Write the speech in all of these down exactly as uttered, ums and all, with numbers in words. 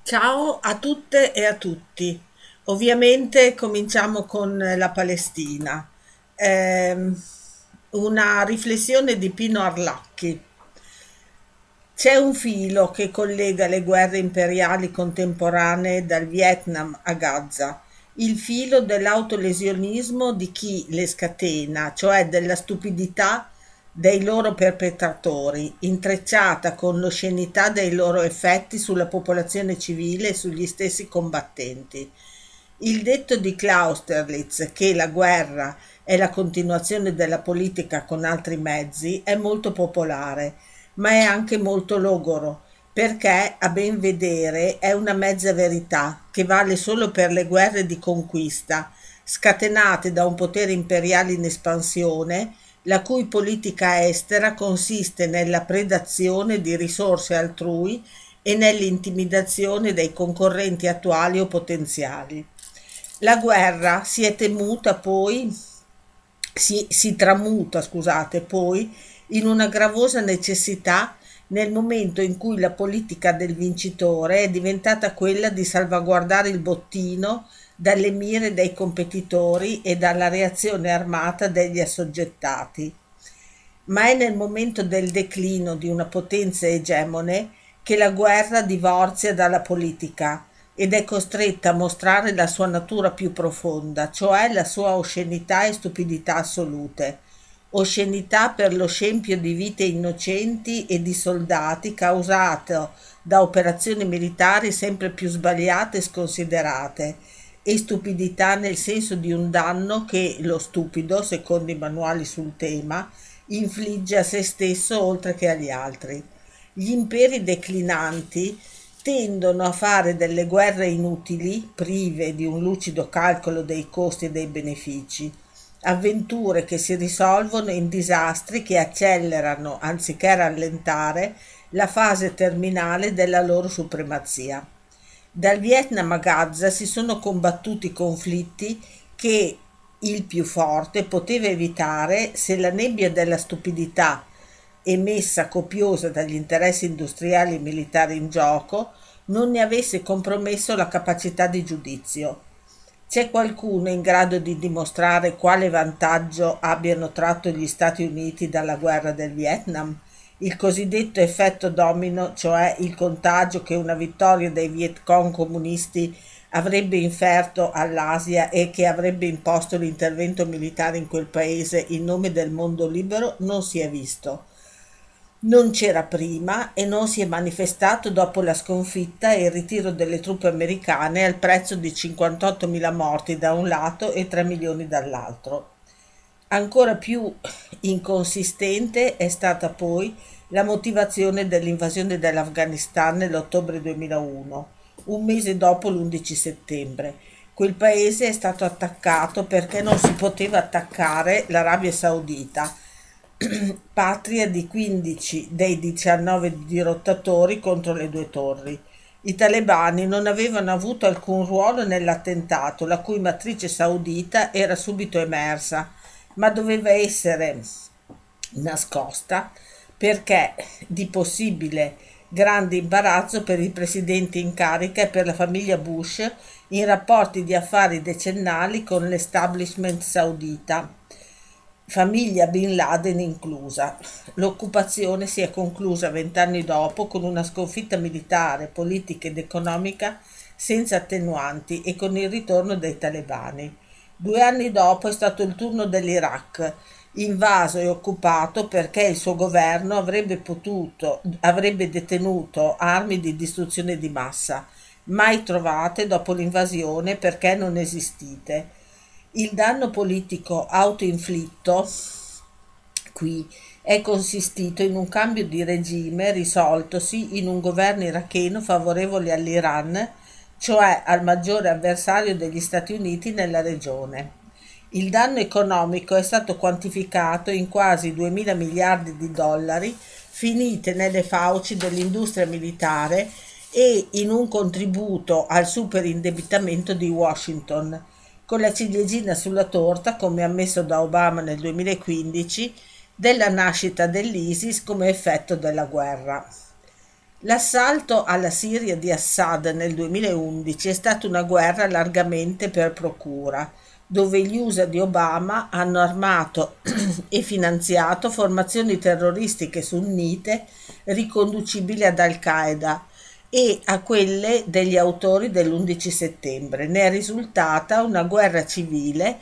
Ciao a tutte e a tutti. Ovviamente cominciamo con la Palestina. Ehm, una riflessione di Pino Arlacchi. C'è un filo che collega le guerre imperiali contemporanee dal Vietnam a Gaza, il filo dell'autolesionismo di chi le scatena, cioè della stupidità dei loro perpetratori, intrecciata con l'oscenità dei loro effetti sulla popolazione civile e sugli stessi combattenti. Il detto di Clausewitz che la guerra è la continuazione della politica con altri mezzi è molto popolare, ma è anche molto logoro, perché a ben vedere è una mezza verità che vale solo per le guerre di conquista, scatenate da un potere imperiale in espansione, la cui politica estera consiste nella predazione di risorse altrui e nell'intimidazione dei concorrenti attuali o potenziali. La guerra si è temuta poi, si, si tramuta, scusate, poi in una gravosa necessità nel momento in cui la politica del vincitore è diventata quella di salvaguardare il bottino dalle mire dei competitori e dalla reazione armata degli assoggettati. Ma è nel momento del declino di una potenza egemone che la guerra divorzia dalla politica ed è costretta a mostrare la sua natura più profonda, cioè la sua oscenità e stupidità assolute. Oscenità per lo scempio di vite innocenti e di soldati causato da operazioni militari sempre più sbagliate e sconsiderate, e stupidità nel senso di un danno che lo stupido, secondo i manuali sul tema, infligge a se stesso oltre che agli altri. Gli imperi declinanti tendono a fare delle guerre inutili, prive di un lucido calcolo dei costi e dei benefici, avventure che si risolvono in disastri che accelerano, anziché rallentare, la fase terminale della loro supremazia. Dal Vietnam a Gaza si sono combattuti conflitti che il più forte poteva evitare se la nebbia della stupidità emessa copiosa dagli interessi industriali e militari in gioco non ne avesse compromesso la capacità di giudizio. C'è qualcuno in grado di dimostrare quale vantaggio abbiano tratto gli Stati Uniti dalla guerra del Vietnam? Il cosiddetto effetto domino, cioè il contagio che una vittoria dei Viet Cong comunisti avrebbe inferto all'Asia e che avrebbe imposto l'intervento militare in quel paese in nome del mondo libero, non si è visto. Non c'era prima e non si è manifestato dopo la sconfitta e il ritiro delle truppe americane al prezzo di cinquantottomila morti da un lato e tre milioni dall'altro. Ancora più inconsistente è stata poi la motivazione dell'invasione dell'Afghanistan nell'ottobre duemilauno, un mese dopo l'undici settembre. Quel paese è stato attaccato perché non si poteva attaccare l'Arabia Saudita, patria di quindici dei diciannove dirottatori contro le due torri. I talebani non avevano avuto alcun ruolo nell'attentato, la cui matrice saudita era subito emersa, ma doveva essere nascosta perché di possibile grande imbarazzo per il presidente in carica e per la famiglia Bush in rapporti di affari decennali con l'establishment saudita, famiglia Bin Laden inclusa. L'occupazione si è conclusa vent'anni dopo con una sconfitta militare, politica ed economica senza attenuanti e con il ritorno dei talebani. Due anni dopo è stato il turno dell'Iraq, invaso e occupato perché il suo governo avrebbe potuto, avrebbe detenuto armi di distruzione di massa, mai trovate dopo l'invasione perché non esistite. Il danno politico autoinflitto qui è consistito in un cambio di regime risoltosi in un governo iracheno favorevole all'Iran, cioè al maggiore avversario degli Stati Uniti nella regione. Il danno economico è stato quantificato in quasi duemila miliardi di dollari finite nelle fauci dell'industria militare e in un contributo al superindebitamento di Washington, con la ciliegina sulla torta, come ammesso da Obama nel duemilaquindici, della nascita dell'ISIS come effetto della guerra. L'assalto alla Siria di Assad nel duemilaundici è stata una guerra largamente per procura, dove gli U S A di Obama hanno armato e finanziato formazioni terroristiche sunnite riconducibili ad Al-Qaeda e a quelle degli autori dell'undici settembre. Ne è risultata una guerra civile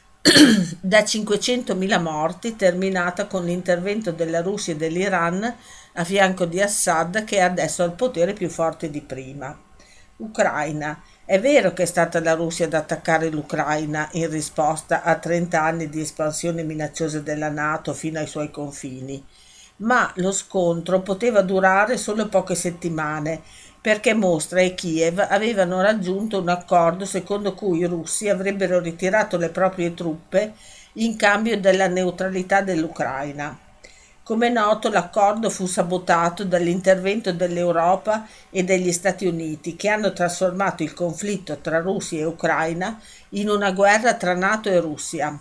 da cinquecentomila morti, terminata con l'intervento della Russia e dell'Iran a fianco di Assad, che è adesso al potere più forte di prima. Ucraina. È vero che è stata la Russia ad attaccare l'Ucraina in risposta a trenta anni di espansione minacciosa della NATO fino ai suoi confini, ma lo scontro poteva durare solo poche settimane, perché Mostra e Kiev avevano raggiunto un accordo secondo cui i russi avrebbero ritirato le proprie truppe in cambio della neutralità dell'Ucraina. Come è noto, l'accordo fu sabotato dall'intervento dell'Europa e degli Stati Uniti, che hanno trasformato il conflitto tra Russia e Ucraina in una guerra tra NATO e Russia,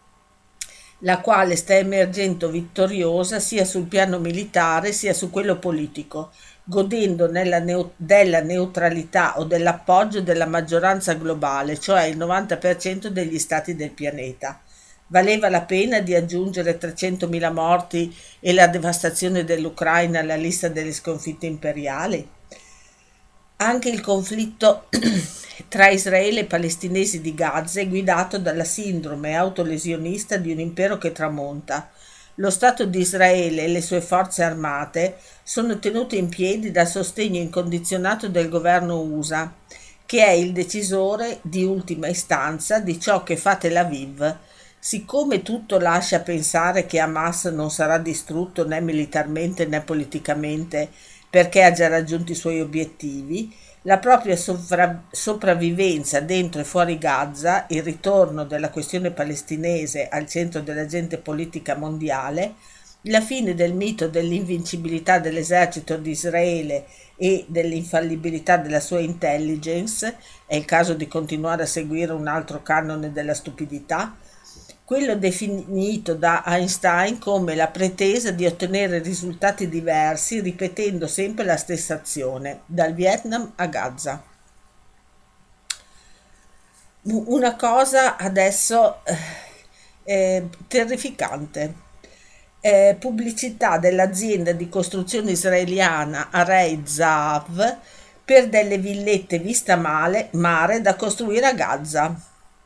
la quale sta emergendo vittoriosa sia sul piano militare sia su quello politico, godendo nella neu- della neutralità o dell'appoggio della maggioranza globale, cioè il novanta per cento degli stati del pianeta. Valeva la pena di aggiungere trecentomila morti e la devastazione dell'Ucraina alla lista delle sconfitte imperiali? Anche il conflitto tra Israele e i palestinesi di Gaza è guidato dalla sindrome autolesionista di un impero che tramonta. Lo Stato di Israele e le sue forze armate sono tenute in piedi dal sostegno incondizionato del governo U S A, che è il decisore di ultima istanza di ciò che fa Tel Aviv. Siccome tutto lascia pensare che Hamas non sarà distrutto né militarmente né politicamente perché ha già raggiunto i suoi obiettivi, la propria sovra- sopravvivenza dentro e fuori Gaza, il ritorno della questione palestinese al centro dell'agenda politica mondiale, la fine del mito dell'invincibilità dell'esercito di Israele e dell'infallibilità della sua intelligence, è il caso di continuare a seguire un altro canone della stupidità, quello definito da Einstein come la pretesa di ottenere risultati diversi ripetendo sempre la stessa azione, dal Vietnam a Gaza. Una cosa adesso eh, eh, terrificante. Eh, pubblicità dell'azienda di costruzione israeliana Arei Zahav per delle villette vista male, mare da costruire a Gaza.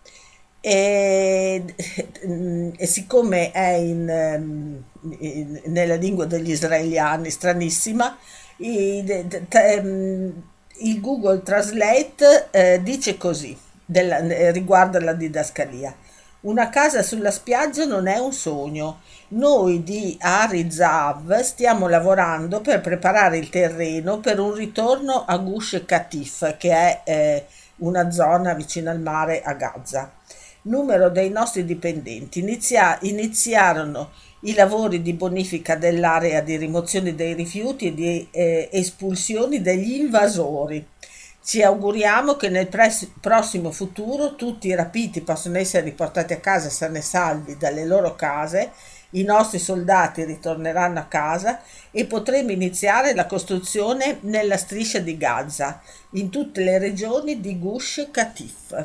E, e siccome è in, ehm, in- nella lingua degli israeliani, stranissima, i- de- de- te- ehm, il Google Translate eh, dice così, della- eh, riguardo alla didascalia. Una casa sulla spiaggia non è un sogno. Noi di Ari Zav stiamo lavorando per preparare il terreno per un ritorno a Gush Katif, che è eh, una zona vicino al mare a Gaza. Numero dei nostri dipendenti. Inizia- iniziarono i lavori di bonifica dell'area di rimozione dei rifiuti e di eh, espulsioni degli invasori. Ci auguriamo che nel pres- prossimo futuro tutti i rapiti possano essere riportati a casa sani e salvi dalle loro case, i nostri soldati ritorneranno a casa e potremo iniziare la costruzione nella striscia di Gaza, in tutte le regioni di Gush Katif.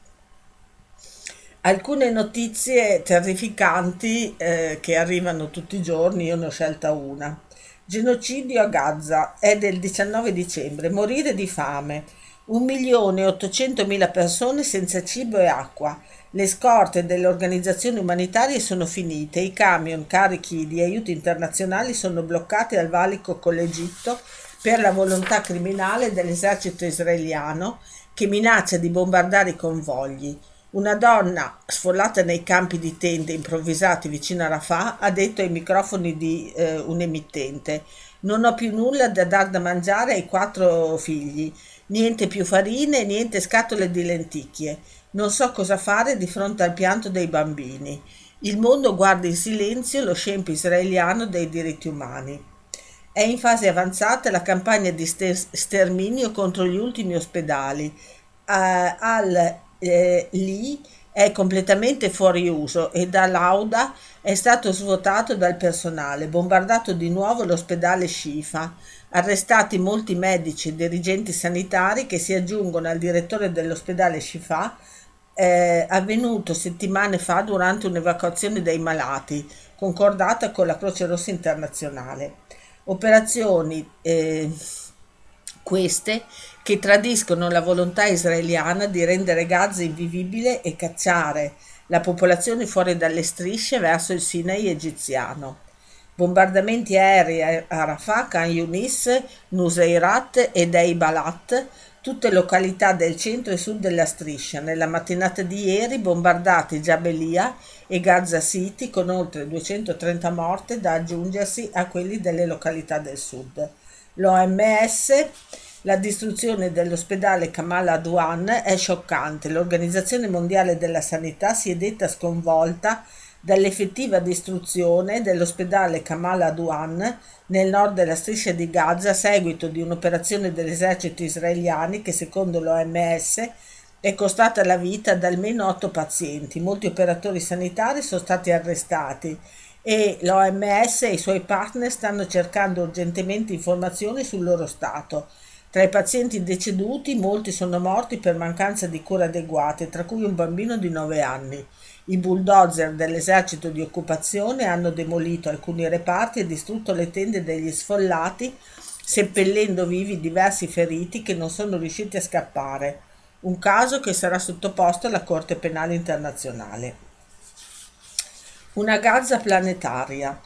Alcune notizie terrificanti eh, che arrivano tutti i giorni, io ne ho scelta una. Genocidio a Gaza è del diciannove dicembre, morire di fame, un milione e ottocentomila persone senza cibo e acqua. Le scorte delle organizzazioni umanitarie sono finite, i camion carichi di aiuti internazionali sono bloccati al valico con l'Egitto per la volontà criminale dell'esercito israeliano che minaccia di bombardare i convogli. Una donna, sfollata nei campi di tende improvvisati vicino a Rafah, ha detto ai microfoni di eh, un emittente: Non ho più nulla da dar da mangiare ai quattro figli, niente più farine, niente scatole di lenticchie. Non so cosa fare di fronte al pianto dei bambini. Il mondo guarda in silenzio lo scempio israeliano dei diritti umani. È in fase avanzata la campagna di ster- sterminio contro gli ultimi ospedali. Eh, al eh, lì è completamente fuori uso e dall'Auda è stato svuotato dal personale, bombardato di nuovo l'ospedale Shifa, Arrestati molti medici e dirigenti sanitari che si aggiungono al direttore dell'ospedale Shifa, eh, avvenuto settimane fa durante un'evacuazione dei malati, concordata con la Croce Rossa Internazionale. Operazioni eh, queste che tradiscono la volontà israeliana di rendere Gaza invivibile e cacciare la popolazione fuori dalle strisce verso il Sinai egiziano. Bombardamenti aerei a Rafah, Khan Yunis, Nuseirat e Deibalat, tutte località del centro e sud della striscia. Nella mattinata di ieri bombardati Jabalia e Gaza City con oltre duecentotrenta morte da aggiungersi a quelli delle località del sud. L'O M S: la distruzione dell'ospedale Kamal Adwan è scioccante. L'Organizzazione Mondiale della Sanità si è detta sconvolta dall'effettiva distruzione dell'ospedale Kamal Adwan nel nord della striscia di Gaza a seguito di un'operazione dell'esercito israeliano che, secondo l'O M S, è costata la vita ad almeno otto pazienti. Molti operatori sanitari sono stati arrestati e l'O M S e i suoi partner stanno cercando urgentemente informazioni sul loro stato. Tra i pazienti deceduti, molti sono morti per mancanza di cure adeguate, tra cui un bambino di nove anni. I bulldozer dell'esercito di occupazione hanno demolito alcuni reparti e distrutto le tende degli sfollati, seppellendo vivi diversi feriti che non sono riusciti a scappare. Un caso che sarà sottoposto alla Corte Penale Internazionale. Una Gaza planetaria.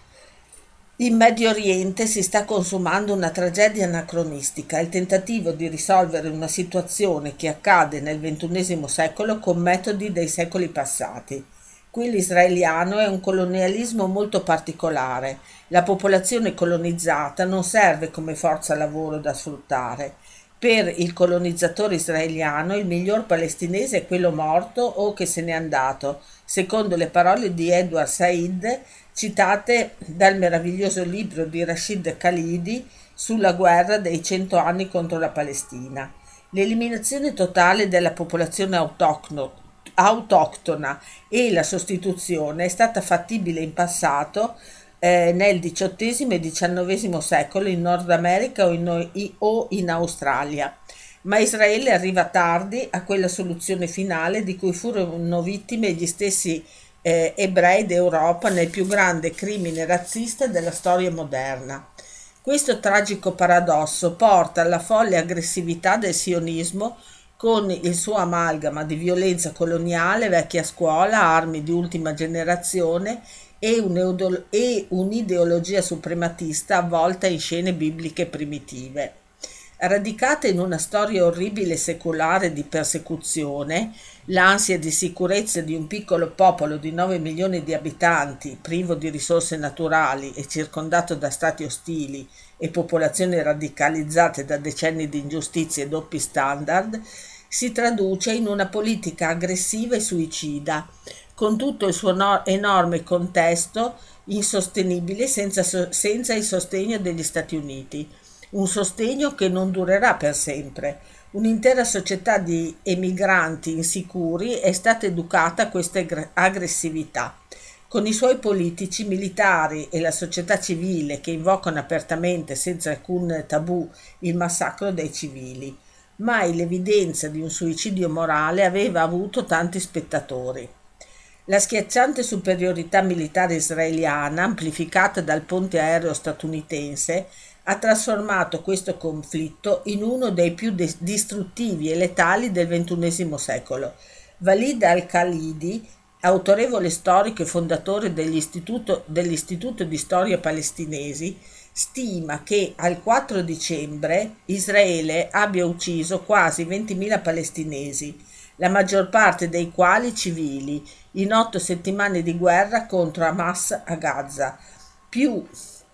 In Medio Oriente si sta consumando una tragedia anacronistica, il tentativo di risolvere una situazione che accade nel ventunesimo secolo con metodi dei secoli passati. Qui l'israeliano è un colonialismo molto particolare. La popolazione colonizzata non serve come forza lavoro da sfruttare. Per il colonizzatore israeliano il miglior palestinese è quello morto o che se n'è andato, secondo le parole di Edward Said, citate dal meraviglioso libro di Rashid Khalidi sulla guerra dei cento anni contro la Palestina. L'eliminazione totale della popolazione autoctona autoctona e la sostituzione è stata fattibile in passato eh, nel diciottesimo e diciannovesimo secolo in Nord America o in, o in Australia, ma Israele arriva tardi a quella soluzione finale di cui furono vittime gli stessi eh, ebrei d'Europa nel più grande crimine razzista della storia moderna. Questo tragico paradosso porta alla folle aggressività del sionismo con il suo amalgama di violenza coloniale, vecchia scuola, armi di ultima generazione e, un e un'ideologia suprematista avvolta in scene bibliche primitive. Radicata in una storia orribile e secolare di persecuzione, l'ansia di sicurezza di un piccolo popolo di nove milioni di abitanti, privo di risorse naturali e circondato da stati ostili e popolazioni radicalizzate da decenni di ingiustizie e doppi standard, si traduce in una politica aggressiva e suicida, con tutto il suo no- enorme contesto insostenibile senza, so- senza il sostegno degli Stati Uniti. Un sostegno che non durerà per sempre. Un'intera società di emigranti insicuri è stata educata a questa aggressività, con i suoi politici, militari e la società civile che invocano apertamente, senza alcun tabù, il massacro dei civili. Mai l'evidenza di un suicidio morale aveva avuto tanti spettatori. La schiacciante superiorità militare israeliana, amplificata dal ponte aereo statunitense, ha trasformato questo conflitto in uno dei più de- distruttivi e letali del ventunesimo secolo. Walid al-Khalidi, autorevole storico e fondatore dell'Istituto, dell'Istituto di Storia Palestinesi, stima che al quattro dicembre Israele abbia ucciso quasi ventimila palestinesi, la maggior parte dei quali civili, in otto settimane di guerra contro Hamas a Gaza, più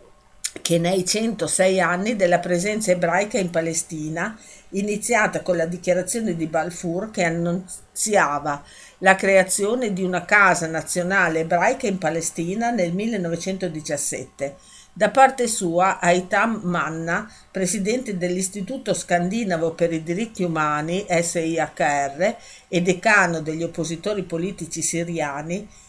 che nei centosei anni della presenza ebraica in Palestina, iniziata con la dichiarazione di Balfour che annunziava la creazione di una casa nazionale ebraica in Palestina nel millenovecentodiciassette. Da parte sua, Aitam Manna, presidente dell'Istituto Scandinavo per i diritti umani, S I H R, e decano degli oppositori politici siriani,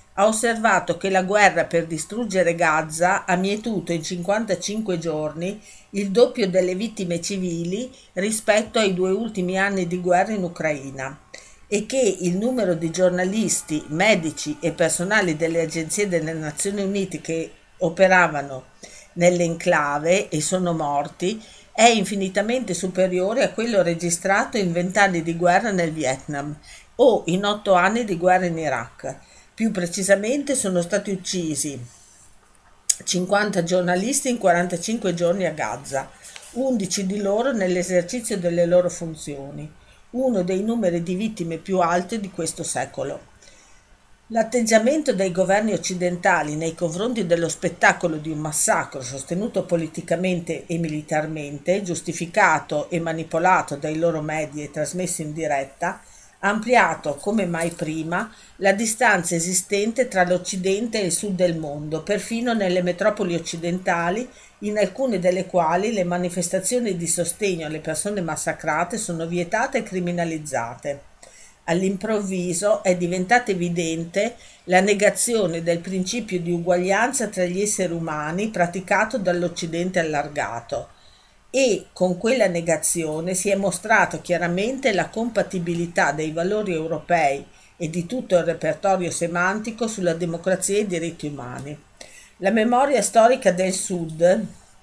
ha osservato che la guerra per distruggere Gaza ha mietuto in cinquantacinque giorni il doppio delle vittime civili rispetto ai due ultimi anni di guerra in Ucraina e che il numero di giornalisti, medici e personali delle agenzie delle Nazioni Unite che operavano nell'enclave e sono morti è infinitamente superiore a quello registrato in vent'anni di guerra nel Vietnam o in otto anni di guerra in Iraq. Più precisamente sono stati uccisi cinquanta giornalisti in quarantacinque giorni a Gaza, undici di loro nell'esercizio delle loro funzioni, uno dei numeri di vittime più alti di questo secolo. L'atteggiamento dei governi occidentali nei confronti dello spettacolo di un massacro sostenuto politicamente e militarmente, giustificato e manipolato dai loro media e trasmesso in diretta, ha ampliato come mai prima la distanza esistente tra l'Occidente e il Sud del mondo, perfino nelle metropoli occidentali, in alcune delle quali le manifestazioni di sostegno alle persone massacrate sono vietate e criminalizzate. All'improvviso è diventata evidente la negazione del principio di uguaglianza tra gli esseri umani praticato dall'Occidente allargato e con quella negazione si è mostrato chiaramente la compatibilità dei valori europei e di tutto il repertorio semantico sulla democrazia e i diritti umani. La memoria storica del Sud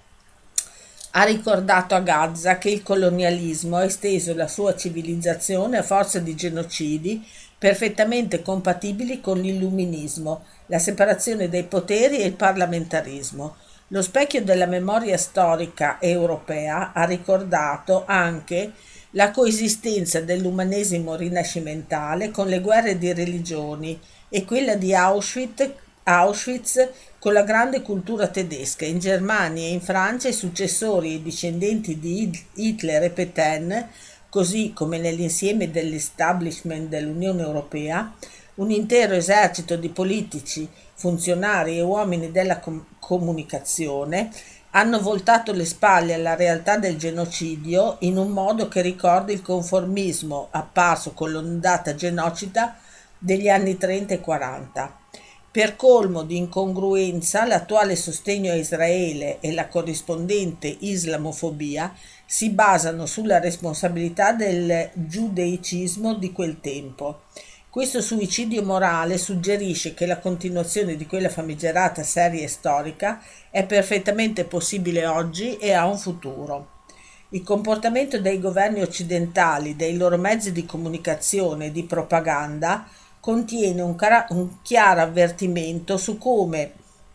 ha ricordato a Gaza che il colonialismo ha esteso la sua civilizzazione a forza di genocidi perfettamente compatibili con l'illuminismo, la separazione dei poteri e il parlamentarismo. Lo specchio della memoria storica europea ha ricordato anche la coesistenza dell'umanesimo rinascimentale con le guerre di religioni e quella di Auschwitz, Auschwitz con la grande cultura tedesca. In Germania e in Francia i successori e discendenti di Hitler e Pétain, così come nell'insieme dell'establishment dell'Unione Europea, un intero esercito di politici, funzionari e uomini della com- comunicazione hanno voltato le spalle alla realtà del genocidio in un modo che ricorda il conformismo apparso con l'ondata genocida degli anni trenta e quaranta. Per colmo di incongruenza, l'attuale sostegno a Israele e la corrispondente islamofobia si basano sulla responsabilità del giudeicismo di quel tempo. Questo suicidio morale suggerisce che la continuazione di quella famigerata serie storica è perfettamente possibile oggi e ha un futuro. Il comportamento dei governi occidentali, dei loro mezzi di comunicazione e di propaganda contiene un, cara- un chiaro avvertimento su come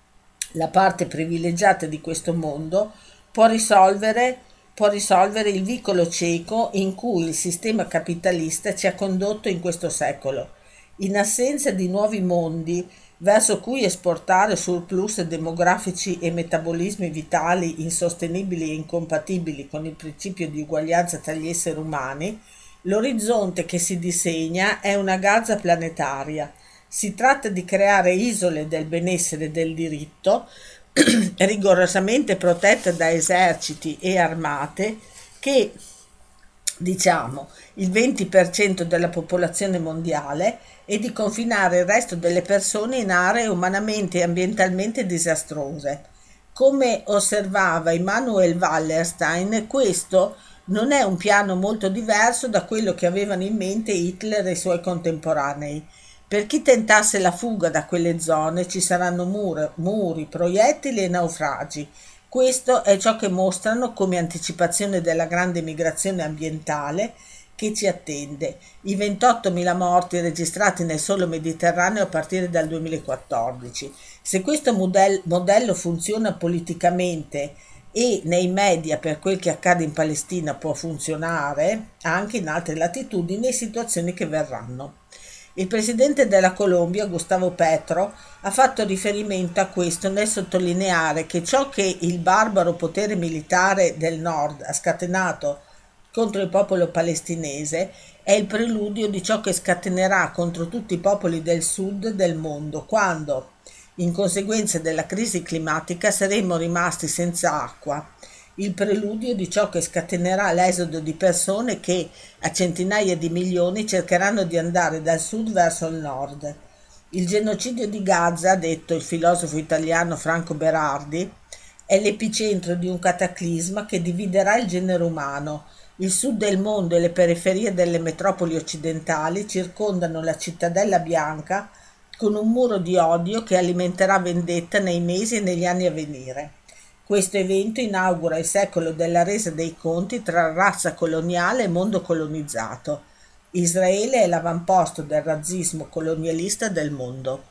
la parte privilegiata di questo mondo può risolvere, può risolvere il vicolo cieco in cui il sistema capitalista ci ha condotto in questo secolo. In assenza di nuovi mondi verso cui esportare surplus demografici e metabolismi vitali insostenibili e incompatibili con il principio di uguaglianza tra gli esseri umani, l'orizzonte che si disegna è una Gaza planetaria. Si tratta di creare isole del benessere e del diritto, rigorosamente protette da eserciti e armate che, diciamo, il venti per cento della popolazione mondiale e di confinare il resto delle persone in aree umanamente e ambientalmente disastrose. Come osservava Immanuel Wallerstein, questo non è un piano molto diverso da quello che avevano in mente Hitler e i suoi contemporanei. Per chi tentasse la fuga da quelle zone ci saranno muri, muri, proiettili e naufragi. Questo è ciò che mostrano come anticipazione della grande migrazione ambientale che ci attende. I ventottomila morti registrati nel solo Mediterraneo a partire dal duemilaquattordici. Se questo model- modello funziona politicamente e nei media per quel che accade in Palestina può funzionare anche in altre latitudini e situazioni che verranno. Il presidente della Colombia, Gustavo Petro, ha fatto riferimento a questo nel sottolineare che ciò che il barbaro potere militare del nord ha scatenato contro il popolo palestinese è il preludio di ciò che scatenerà contro tutti i popoli del sud del mondo quando, in conseguenza della crisi climatica, saremo rimasti senza acqua, il preludio di ciò che scatenerà l'esodo di persone che, a centinaia di milioni, cercheranno di andare dal sud verso il nord. Il genocidio di Gaza, ha detto il filosofo italiano Franco Berardi, è l'epicentro di un cataclisma che dividerà il genere umano. Il sud del mondo e le periferie delle metropoli occidentali circondano la cittadella bianca con un muro di odio che alimenterà vendetta nei mesi e negli anni a venire. Questo evento inaugura il secolo della resa dei conti tra razza coloniale e mondo colonizzato. Israele è l'avamposto del razzismo colonialista del mondo.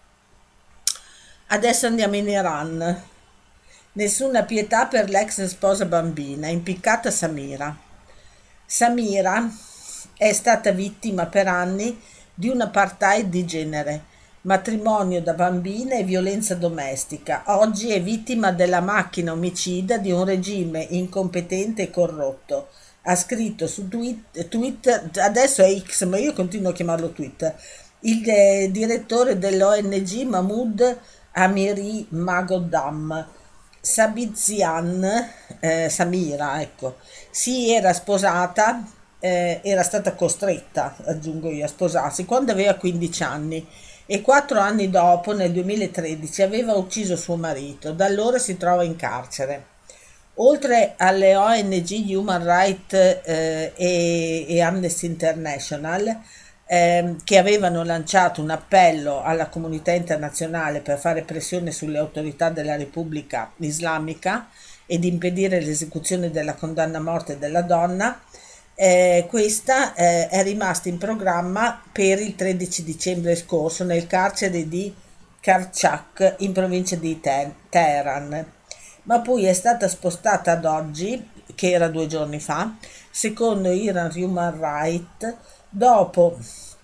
Adesso andiamo in Iran. Nessuna pietà per l'ex sposa bambina, impiccata Samira. Samira è stata vittima per anni di un apartheid di genere, matrimonio da bambina e violenza domestica. Oggi è vittima della macchina omicida di un regime incompetente e corrotto. Ha scritto su Twitter, Twitter adesso è X, ma io continuo a chiamarlo Twitter, il eh, direttore dell'O N G Mahmoud Amiri Magodam. Sabizian, eh, Samira, ecco, si era sposata, eh, era stata costretta, aggiungo io, a sposarsi quando aveva quindici anni e quattro anni dopo, nel duemilatredici, aveva ucciso suo marito. Da allora si trova in carcere. Oltre alle O N G Human Rights eh, e, e Amnesty International, ehm, che avevano lanciato un appello alla comunità internazionale per fare pressione sulle autorità della Repubblica Islamica ed impedire l'esecuzione della condanna a morte della donna, eh, questa eh, è rimasta in programma per il tredici dicembre scorso nel carcere di Karchak in provincia di Te- Teheran, ma poi è stata spostata ad oggi, che era due giorni fa, secondo Iran Human Rights, dopo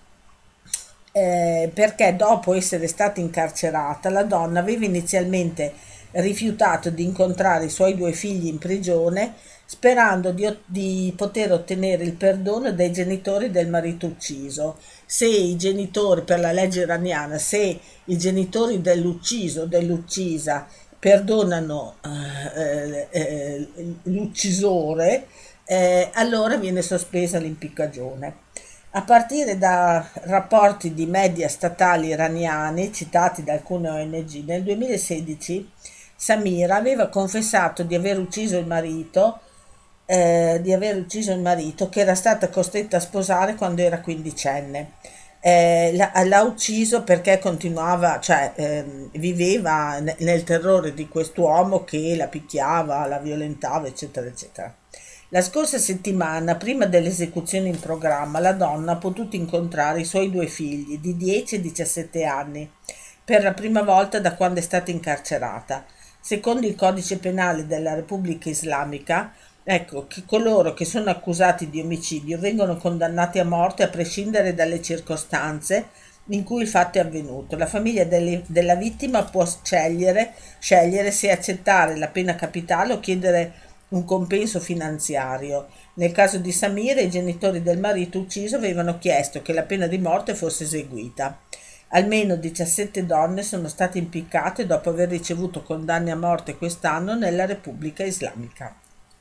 eh, perché dopo essere stata incarcerata la donna aveva inizialmente rifiutato di incontrare i suoi due figli in prigione, sperando di, ot- di poter ottenere il perdono dai genitori del marito ucciso. Se i genitori, per la legge iraniana, se i genitori dell'ucciso o dell'uccisa perdonano eh, eh, l'uccisore, eh, allora viene sospesa l'impiccagione. A partire da rapporti di media statali iraniani citati da alcune O N G, nel duemilasedici Samira aveva confessato di aver ucciso il marito, eh, di aver ucciso il marito che era stata costretta a sposare quando era quindicenne. Eh, l'ha, l'ha ucciso perché continuava, cioè ehm, viveva ne- nel terrore di quest'uomo che la picchiava, la violentava, eccetera, eccetera. La scorsa settimana, prima dell'esecuzione in programma, la donna ha potuto incontrare i suoi due figli di dieci e diciassette anni per la prima volta da quando è stata incarcerata. Secondo il codice penale della Repubblica Islamica, ecco, che coloro che sono accusati di omicidio vengono condannati a morte a prescindere dalle circostanze in cui il fatto è avvenuto. La famiglia delle- della vittima può scegliere, scegliere se accettare la pena capitale o chiedere un compenso finanziario. Nel caso di Samira, i genitori del marito ucciso avevano chiesto che la pena di morte fosse eseguita. Almeno diciassette donne sono state impiccate dopo aver ricevuto condanne a morte quest'anno nella Repubblica Islamica.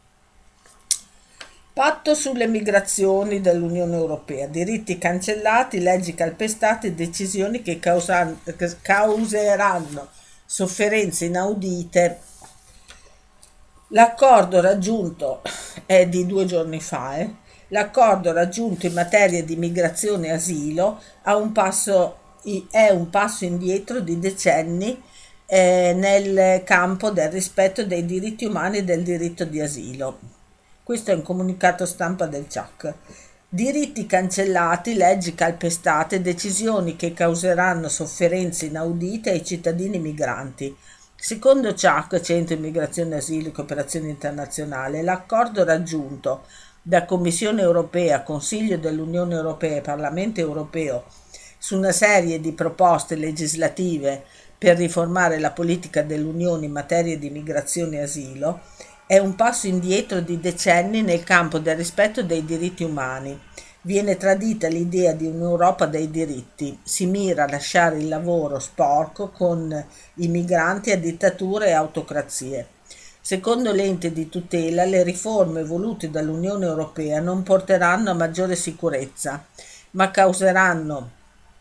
Patto sulle migrazioni dell'Unione Europea, diritti cancellati, leggi calpestate, decisioni che causa- che causeranno sofferenze inaudite. L'accordo raggiunto è di due giorni fa, eh. L'accordo raggiunto in materia di migrazione e asilo ha un passo, è un passo indietro di decenni eh, nel campo del rispetto dei diritti umani e del diritto di asilo. Questo è un comunicato stampa del C A C. Diritti cancellati, leggi calpestate, decisioni che causeranno sofferenze inaudite ai cittadini migranti. Secondo C A C, Centro Immigrazione, Asilo e Cooperazione Internazionale, l'accordo raggiunto da Commissione Europea, Consiglio dell'Unione Europea e Parlamento Europeo su una serie di proposte legislative per riformare la politica dell'Unione in materia di migrazione e asilo è un passo indietro di decenni nel campo del rispetto dei diritti umani. Viene tradita l'idea di un'Europa dei diritti, si mira a lasciare il lavoro sporco con i migranti a dittature e autocrazie. Secondo l'ente di tutela, le riforme volute dall'Unione Europea non porteranno a maggiore sicurezza, ma causeranno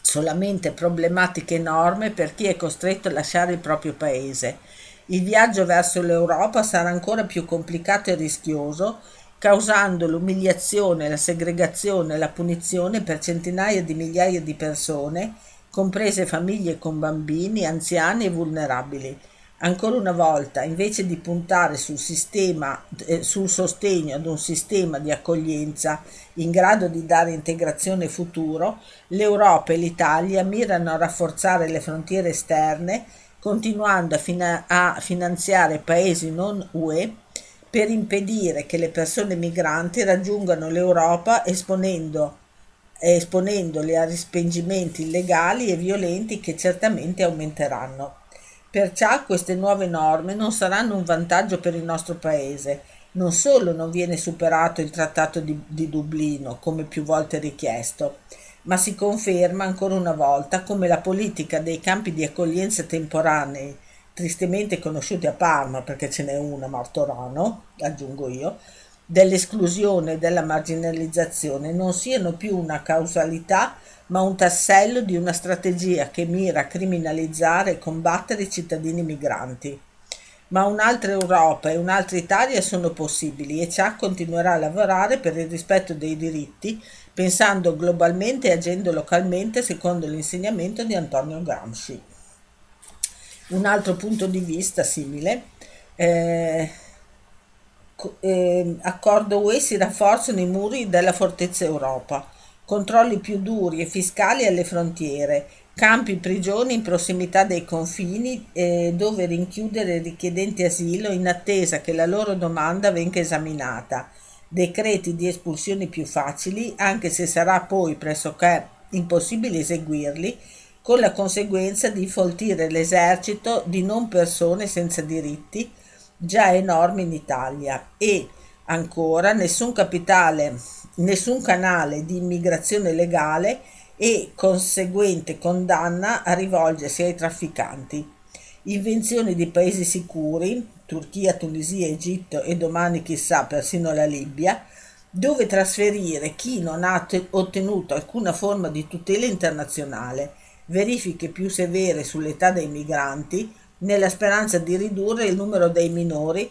solamente problematiche enormi per chi è costretto a lasciare il proprio paese. Il viaggio verso l'Europa sarà ancora più complicato e rischioso, causando l'umiliazione, la segregazione e la punizione per centinaia di migliaia di persone, comprese famiglie con bambini, anziani e vulnerabili. Ancora una volta, invece di puntare sul sistema, eh, sul sostegno ad un sistema di accoglienza in grado di dare integrazione e futuro, l'Europa e l'Italia mirano a rafforzare le frontiere esterne, continuando a, fina- a finanziare paesi non U E per impedire che le persone migranti raggiungano l'Europa esponendo, esponendoli a respingimenti illegali e violenti che certamente aumenteranno. Perciò queste nuove norme non saranno un vantaggio per il nostro Paese. Non solo non viene superato il Trattato di, di Dublino, come più volte richiesto, ma si conferma ancora una volta come la politica dei campi di accoglienza temporanei, tristemente conosciuti a Parma perché ce n'è una a Martorano, aggiungo io, dell'esclusione e della marginalizzazione non siano più una causalità ma un tassello di una strategia che mira a criminalizzare e combattere i cittadini migranti. Ma un'altra Europa e un'altra Italia sono possibili e ciò continuerà a lavorare per il rispetto dei diritti, pensando globalmente e agendo localmente secondo l'insegnamento di Antonio Gramsci. Un altro punto di vista simile, eh, co- eh, accordo U E si rafforzano i muri della fortezza Europa, controlli più duri e fiscali alle frontiere, campi prigioni in prossimità dei confini eh, dove rinchiudere i richiedenti asilo in attesa che la loro domanda venga esaminata, decreti di espulsioni più facili, anche se sarà poi pressoché impossibile eseguirli, con la conseguenza di infoltire l'esercito di non persone senza diritti, già enorme in Italia, e ancora nessun capitale, nessun canale di immigrazione legale e conseguente condanna a rivolgersi ai trafficanti. Invenzioni di paesi sicuri, Turchia, Tunisia, Egitto e domani chissà persino la Libia, dove trasferire chi non ha te- ottenuto alcuna forma di tutela internazionale, verifiche più severe sull'età dei migranti, nella speranza di ridurre il numero dei minori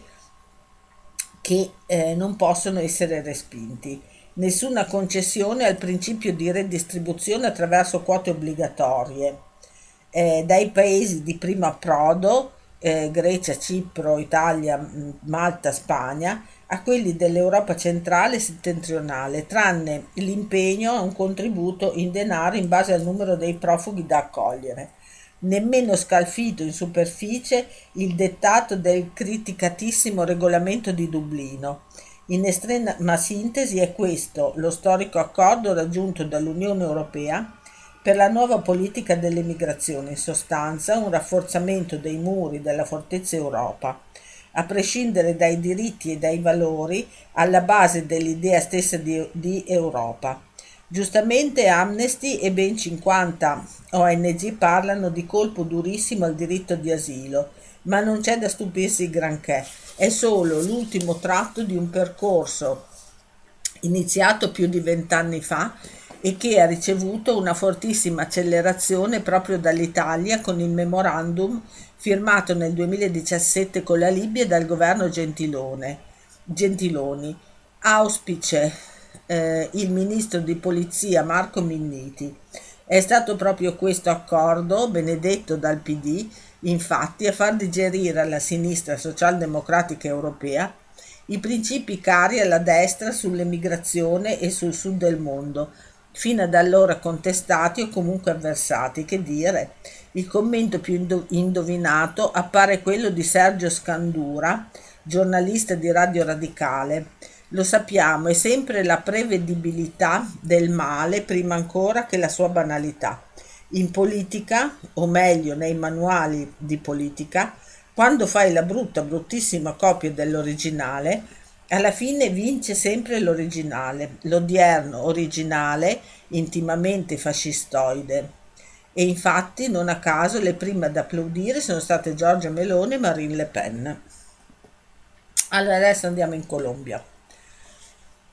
che eh, non possono essere respinti. Nessuna concessione al principio di redistribuzione attraverso quote obbligatorie eh, dai paesi di primo approdo, eh, Grecia, Cipro, Italia, mh, Malta, Spagna, a quelli dell'Europa centrale e settentrionale, tranne l'impegno a un contributo in denaro in base al numero dei profughi da accogliere. Nemmeno scalfito in superficie il dettato del criticatissimo regolamento di Dublino. In estrema sintesi è questo lo storico accordo raggiunto dall'Unione Europea per la nuova politica dell'emigrazione, in sostanza un rafforzamento dei muri della fortezza Europa, a prescindere dai diritti e dai valori alla base dell'idea stessa di, di Europa. Giustamente Amnesty e ben cinquanta O N G parlano di colpo durissimo al diritto di asilo, ma non c'è da stupirsi granché, è solo l'ultimo tratto di un percorso iniziato più di vent'anni fa e che ha ricevuto una fortissima accelerazione proprio dall'Italia con il memorandum firmato nel duemiladiciassette con la Libia e dal governo Gentilone, Gentiloni, auspice eh, il ministro di polizia Marco Minniti. È stato proprio questo accordo, benedetto dal P D, infatti, a far digerire alla sinistra socialdemocratica europea i principi cari alla destra sull'emigrazione e sul sud del mondo, fino ad allora contestati o comunque avversati. Che dire? Il commento più indo- indovinato appare quello di Sergio Scandura, giornalista di Radio Radicale. Lo sappiamo, è sempre la prevedibilità del male prima ancora che la sua banalità. In politica, o meglio nei manuali di politica, quando fai la brutta, bruttissima copia dell'originale, alla fine vince sempre l'originale, l'odierno originale intimamente fascistoide. E infatti, non a caso, le prime ad applaudire sono state Giorgia Meloni e Marine Le Pen. Allora, adesso andiamo in Colombia.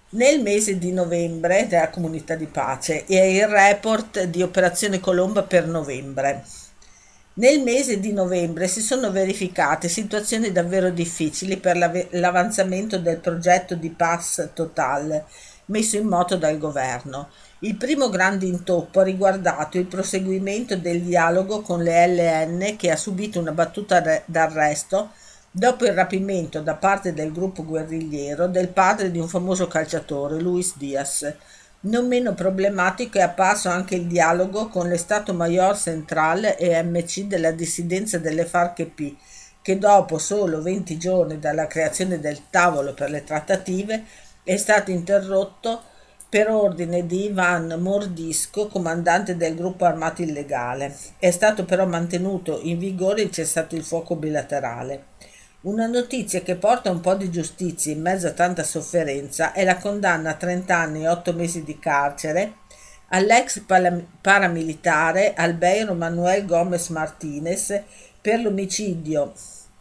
nel mese di novembre della comunità di pace e il report di Operazione Colomba per novembre. Nel mese di novembre si sono verificate situazioni davvero difficili per l'ave- l'avanzamento del progetto di Pass Total messo in moto dal governo. Il primo grande intoppo ha riguardato il proseguimento del dialogo con le L N che ha subito una battuta arre- d'arresto dopo il rapimento da parte del gruppo guerrigliero del padre di un famoso calciatore, Luis Diaz. Non meno problematico è apparso anche il dialogo con l'Estato Mayor Central e M C della dissidenza delle FARC-E P, che dopo solo venti giorni dalla creazione del tavolo per le trattative è stato interrotto per ordine di Ivan Mordisco, comandante del gruppo armato illegale. È stato però mantenuto in vigore il cessate il fuoco bilaterale. Una notizia che porta un po' di giustizia in mezzo a tanta sofferenza è la condanna a trenta anni e otto mesi di carcere all'ex pala- paramilitare Albeiro Manuel Gómez Martínez per l'omicidio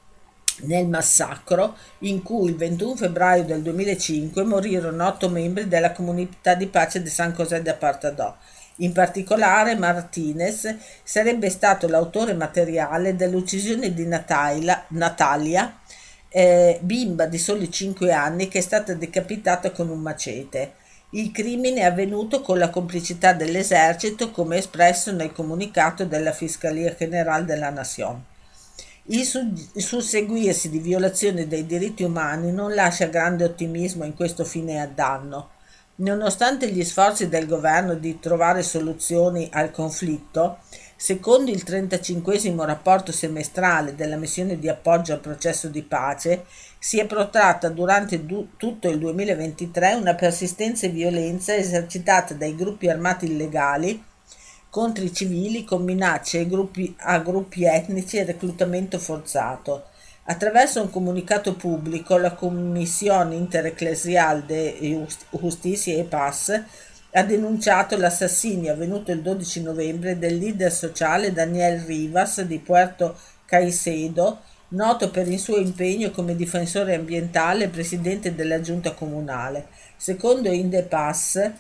nel massacro in cui il ventuno febbraio del duemilacinque morirono otto membri della comunità di pace di San José de Apartadó. In particolare Martinez sarebbe stato l'autore materiale dell'uccisione di Natalia, Natalia eh, bimba di soli cinque anni che è stata decapitata con un macete. Il crimine è avvenuto con la complicità dell'esercito, come espresso nel comunicato della Fiscalia General della Nación. Il, su- il susseguirsi di violazioni dei diritti umani non lascia grande ottimismo in questo fine a danno. Nonostante gli sforzi del governo di trovare soluzioni al conflitto, secondo il trentacinquesimo rapporto semestrale della missione di appoggio al processo di pace, si è protratta durante du- tutto il duemilaventitré una persistente violenza esercitata dai gruppi armati illegali contro i civili con minacce ai gruppi- a gruppi etnici e reclutamento forzato. Attraverso un comunicato pubblico, la Commissione Intereclesial de Justicia e Paz ha denunciato l'assassinio avvenuto il dodici novembre del leader sociale Daniel Rivas di Puerto Caicedo, noto per il suo impegno come difensore ambientale e presidente della giunta comunale. Secondo Indepass,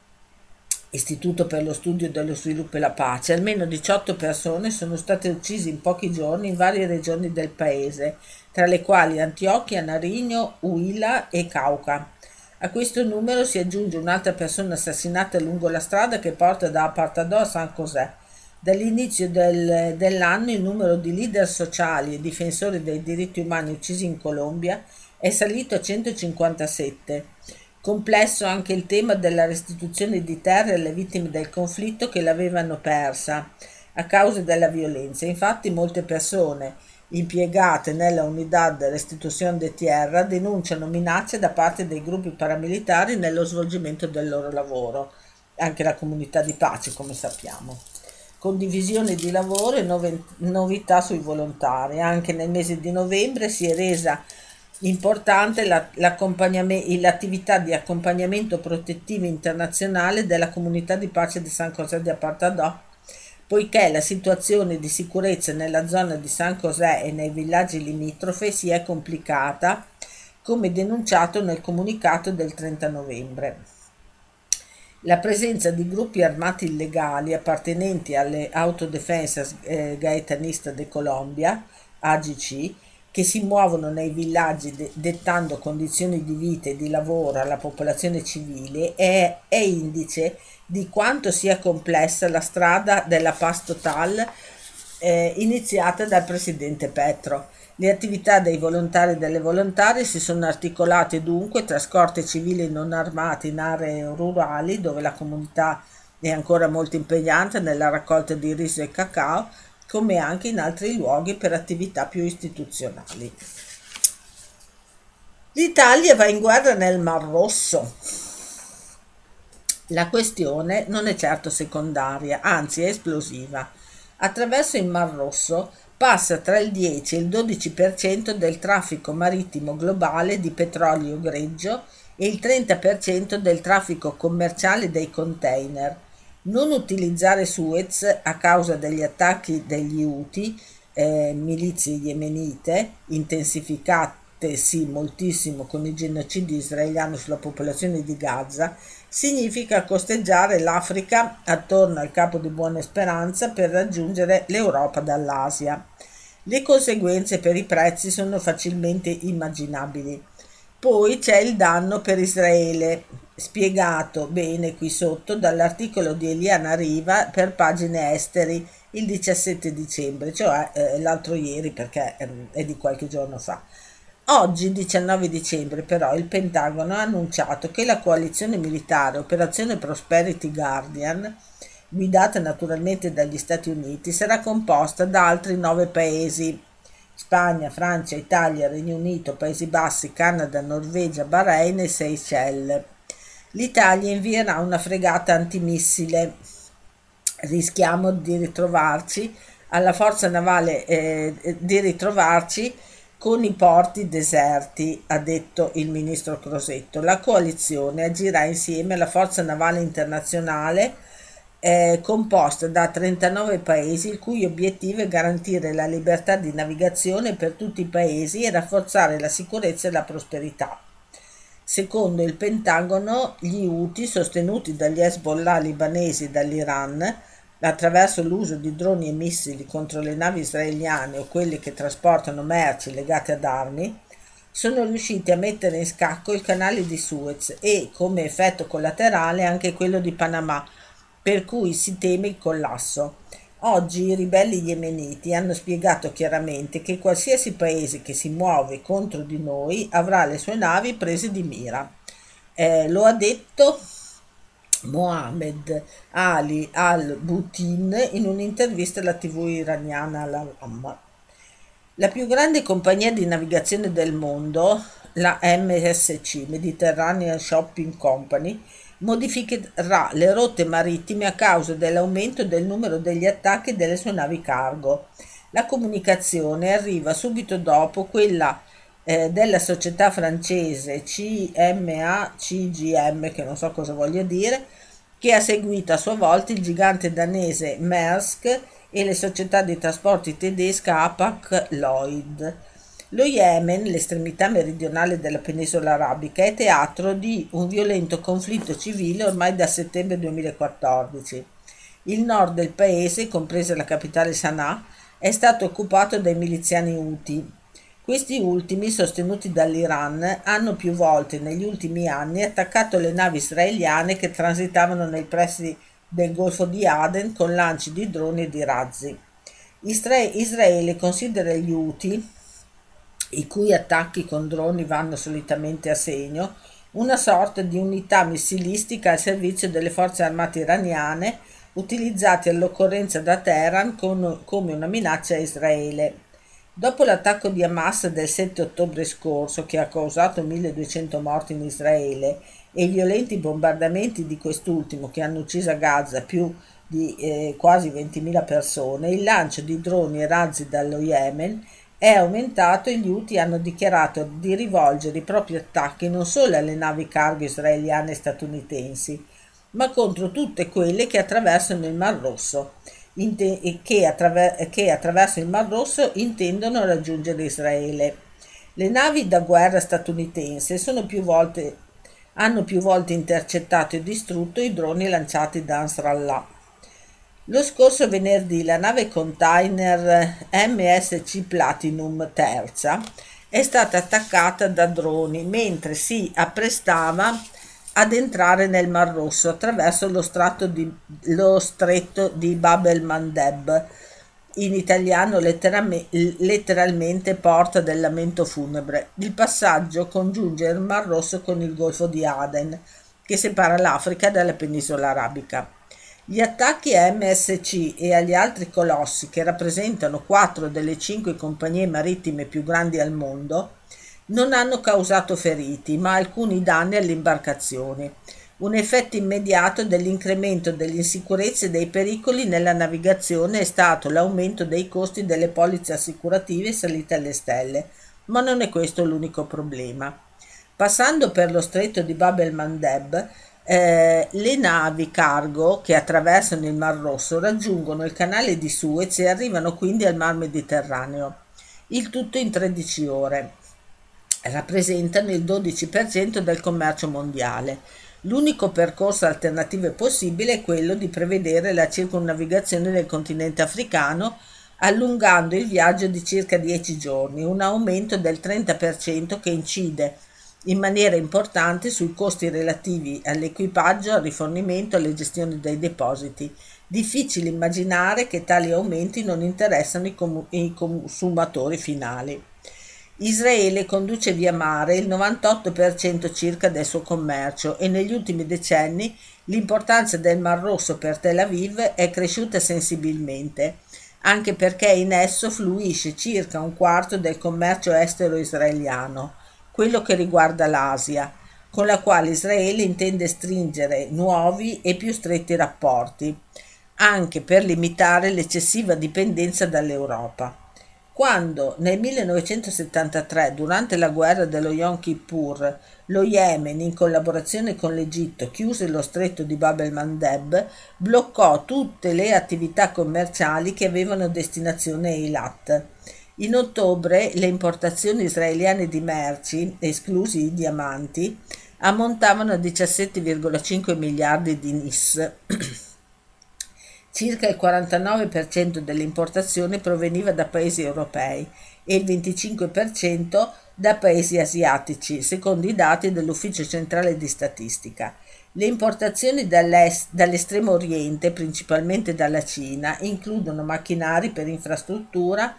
Istituto per lo studio dello sviluppo e la pace, almeno diciotto persone sono state uccise in pochi giorni in varie regioni del paese, tra le quali Antioquia, Nariño, Huila e Cauca. A questo numero si aggiunge un'altra persona assassinata lungo la strada che porta da Apartadó a San José. Dall'inizio del- dell'anno il numero di leader sociali e difensori dei diritti umani uccisi in Colombia è salito a centocinquantasette. Complesso anche il tema della restituzione di terre alle vittime del conflitto che l'avevano persa a causa della violenza. Infatti molte persone impiegate nella Unidad de Restitución de Tierra denunciano minacce da parte dei gruppi paramilitari nello svolgimento del loro lavoro. Anche la comunità di pace, come sappiamo. Condivisione di lavoro e nove- novità sui volontari. Anche nel mese di novembre si è resa importante la- l'accompagname- l'attività di accompagnamento protettivo internazionale della comunità di pace di San José de Apartadó, poiché la situazione di sicurezza nella zona di San José e nei villaggi limitrofe si è complicata, come denunciato nel comunicato del trenta novembre. La presenza di gruppi armati illegali appartenenti alle Autodefensas eh, Gaetanista de Colombia, A G C, che si muovono nei villaggi de- dettando condizioni di vita e di lavoro alla popolazione civile è, è indice di quanto sia complessa la strada della paz total eh, iniziata dal presidente Petro. Le attività dei volontari e delle volontarie si sono articolate dunque tra scorte civili non armate in aree rurali dove la comunità è ancora molto impegnata nella raccolta di riso e cacao, come anche in altri luoghi per attività più istituzionali. L'Italia va in guerra nel Mar Rosso. La questione non è certo secondaria, anzi è esplosiva. Attraverso il Mar Rosso passa tra il dieci e il dodici per cento del traffico marittimo globale di petrolio greggio e il trenta per cento del traffico commerciale dei container. Non utilizzare Suez a causa degli attacchi degli Houthi, eh, milizie yemenite, intensificati combatte sì moltissimo con il genocidio israeliano sulla popolazione di Gaza, significa costeggiare l'Africa attorno al Capo di Buona Speranza per raggiungere l'Europa dall'Asia. Le conseguenze per i prezzi sono facilmente immaginabili. Poi c'è il danno per Israele, spiegato bene qui sotto dall'articolo di Eliana Riva per Pagine Esteri il diciassette dicembre, cioè eh, l'altro ieri perché ehm, è di qualche giorno fa. Oggi, diciannove dicembre, però, il Pentagono ha annunciato che la coalizione militare Operazione Prosperity Guardian, guidata naturalmente dagli Stati Uniti, sarà composta da altri nove paesi: Spagna, Francia, Italia, Regno Unito, Paesi Bassi, Canada, Norvegia, Bahrain e Seychelles. L'Italia invierà una fregata antimissile. Rischiamo di ritrovarci alla forza navale eh, di ritrovarci con i porti deserti, ha detto il ministro Crosetto. La coalizione agirà insieme alla forza navale internazionale eh, composta da trentanove paesi, il cui obiettivo è garantire la libertà di navigazione per tutti i paesi e rafforzare la sicurezza e la prosperità. Secondo il Pentagono, gli Houthi, sostenuti dagli Hezbollah libanesi e dall'Iran, attraverso l'uso di droni e missili contro le navi israeliane o quelle che trasportano merci legate ad armi, sono riusciti a mettere in scacco il canale di Suez e, come effetto collaterale, anche quello di Panama, per cui si teme il collasso. Oggi i ribelli yemeniti hanno spiegato chiaramente che qualsiasi paese che si muove contro di noi avrà le sue navi prese di mira. Eh, lo ha detto Mohammed Ali al-Boutin in un'intervista alla tivù iraniana Al-Alam. La più grande compagnia di navigazione del mondo, la M S C, Mediterranean Shopping Company, modificherà le rotte marittime a causa dell'aumento del numero degli attacchi delle sue navi cargo. La comunicazione arriva subito dopo quella eh, della società francese C M A C G M, che non so cosa voglia dire, che ha seguito a sua volta il gigante danese Maersk e le società di trasporti tedesca Hapag-Lloyd. Lo Yemen, l'estremità meridionale della penisola arabica, è teatro di un violento conflitto civile ormai da settembre duemilaquattordici. Il nord del paese, compresa la capitale Sana'a, è stato occupato dai miliziani Houthi. Questi ultimi, sostenuti dall'Iran, hanno più volte negli ultimi anni attaccato le navi israeliane che transitavano nei pressi del Golfo di Aden con lanci di droni e di razzi. Isra- Israele considera gli Houthi, i cui attacchi con droni vanno solitamente a segno, una sorta di unità missilistica al servizio delle forze armate iraniane, utilizzati all'occorrenza da Teheran con, come una minaccia a Israele. Dopo l'attacco di Hamas del sette ottobre scorso, che ha causato milleduecento morti in Israele, e i violenti bombardamenti di quest'ultimo che hanno ucciso a Gaza più di eh, quasi ventimila persone, il lancio di droni e razzi dallo Yemen è aumentato e gli Houthi hanno dichiarato di rivolgere i propri attacchi non solo alle navi cargo israeliane e statunitensi, ma contro tutte quelle che attraversano il Mar Rosso, inte- che, attraver- che attraverso il Mar Rosso intendono raggiungere Israele. Le navi da guerra statunitense sono più volte, hanno più volte intercettato e distrutto i droni lanciati da Nasrallah. Lo scorso venerdì la nave container M S C Platinum terza è stata attaccata da droni mentre si apprestava ad entrare nel Mar Rosso attraverso lo, di, lo stretto di Bab el-Mandeb, in italiano letteralmente porta del lamento funebre. Il passaggio congiunge il Mar Rosso con il Golfo di Aden, che separa l'Africa dalla penisola arabica. Gli attacchi a M S C e agli altri colossi, che rappresentano quattro delle cinque compagnie marittime più grandi al mondo, non hanno causato feriti, ma alcuni danni alle imbarcazioni. Un effetto immediato dell'incremento delle insicurezze e dei pericoli nella navigazione è stato l'aumento dei costi delle polizze assicurative salite alle stelle, ma non è questo l'unico problema. Passando per lo stretto di Bab el-Mandeb, Eh, le navi cargo che attraversano il Mar Rosso raggiungono il canale di Suez e arrivano quindi al Mar Mediterraneo, il tutto in tredici ore. rappresentano il dodici per cento del commercio mondiale. L'unico percorso alternativo possibile è quello di prevedere la circumnavigazione del continente africano, allungando il viaggio di circa dieci giorni, un aumento del trenta per cento che incide in maniera importante sui costi relativi all'equipaggio, al rifornimento e alla gestione dei depositi. Difficile immaginare che tali aumenti non interessano i, comu- i consumatori finali. Israele conduce via mare il novantotto per cento circa del suo commercio e negli ultimi decenni l'importanza del Mar Rosso per Tel Aviv è cresciuta sensibilmente, anche perché in esso fluisce circa un quarto del commercio estero israeliano, quello che riguarda l'Asia, con la quale Israele intende stringere nuovi e più stretti rapporti, anche per limitare l'eccessiva dipendenza dall'Europa. Quando nel millenovecentosettantatré, durante la guerra dello Yom Kippur, lo Yemen, in collaborazione con l'Egitto, chiuse lo stretto di Bab el-Mandeb, bloccò tutte le attività commerciali che avevano destinazione Eilat. In ottobre le importazioni israeliane di merci, esclusi i diamanti, ammontavano a diciassette virgola cinque miliardi di nis. Circa il quarantanove per cento dell'importazione proveniva da paesi europei e il venticinque per cento da paesi asiatici, secondo i dati dell'Ufficio centrale di statistica. Le importazioni dall'estremo oriente, principalmente dalla Cina, includono macchinari per infrastruttura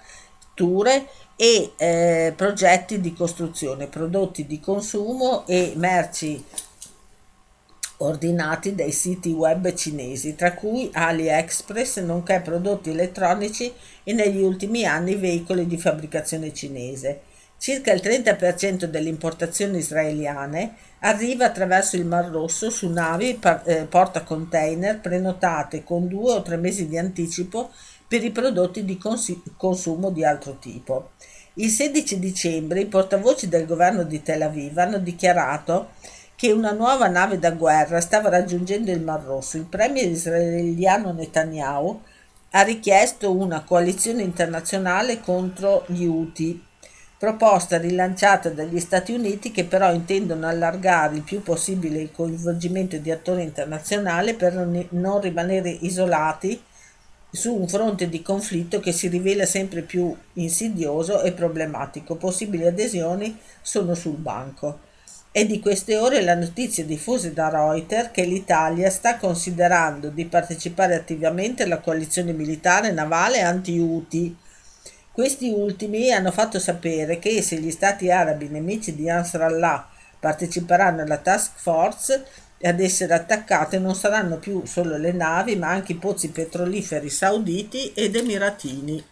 e eh, progetti di costruzione, prodotti di consumo e merci ordinati dai siti web cinesi, tra cui AliExpress, nonché prodotti elettronici e negli ultimi anni veicoli di fabbricazione cinese. Circa il trenta per cento delle importazioni israeliane arriva attraverso il Mar Rosso su navi eh, portacontainer prenotate con due o tre mesi di anticipo per i prodotti di cons- consumo di altro tipo. Il sedici dicembre i portavoci del governo di Tel Aviv hanno dichiarato che una nuova nave da guerra stava raggiungendo il Mar Rosso. Il premier israeliano Netanyahu ha richiesto una coalizione internazionale contro gli Houthi, proposta rilanciata dagli Stati Uniti, che però intendono allargare il più possibile il coinvolgimento di attori internazionali per non rimanere isolati su un fronte di conflitto che si rivela sempre più insidioso e problematico. Possibili adesioni sono sul banco. È di queste ore la notizia diffusa da Reuters che l'Italia sta considerando di partecipare attivamente alla coalizione militare navale anti-Houthi. Questi ultimi hanno fatto sapere che se gli stati arabi nemici di Nasrallah parteciperanno alla task force ad essere attaccate non saranno più solo le navi ma anche i pozzi petroliferi sauditi ed emiratini.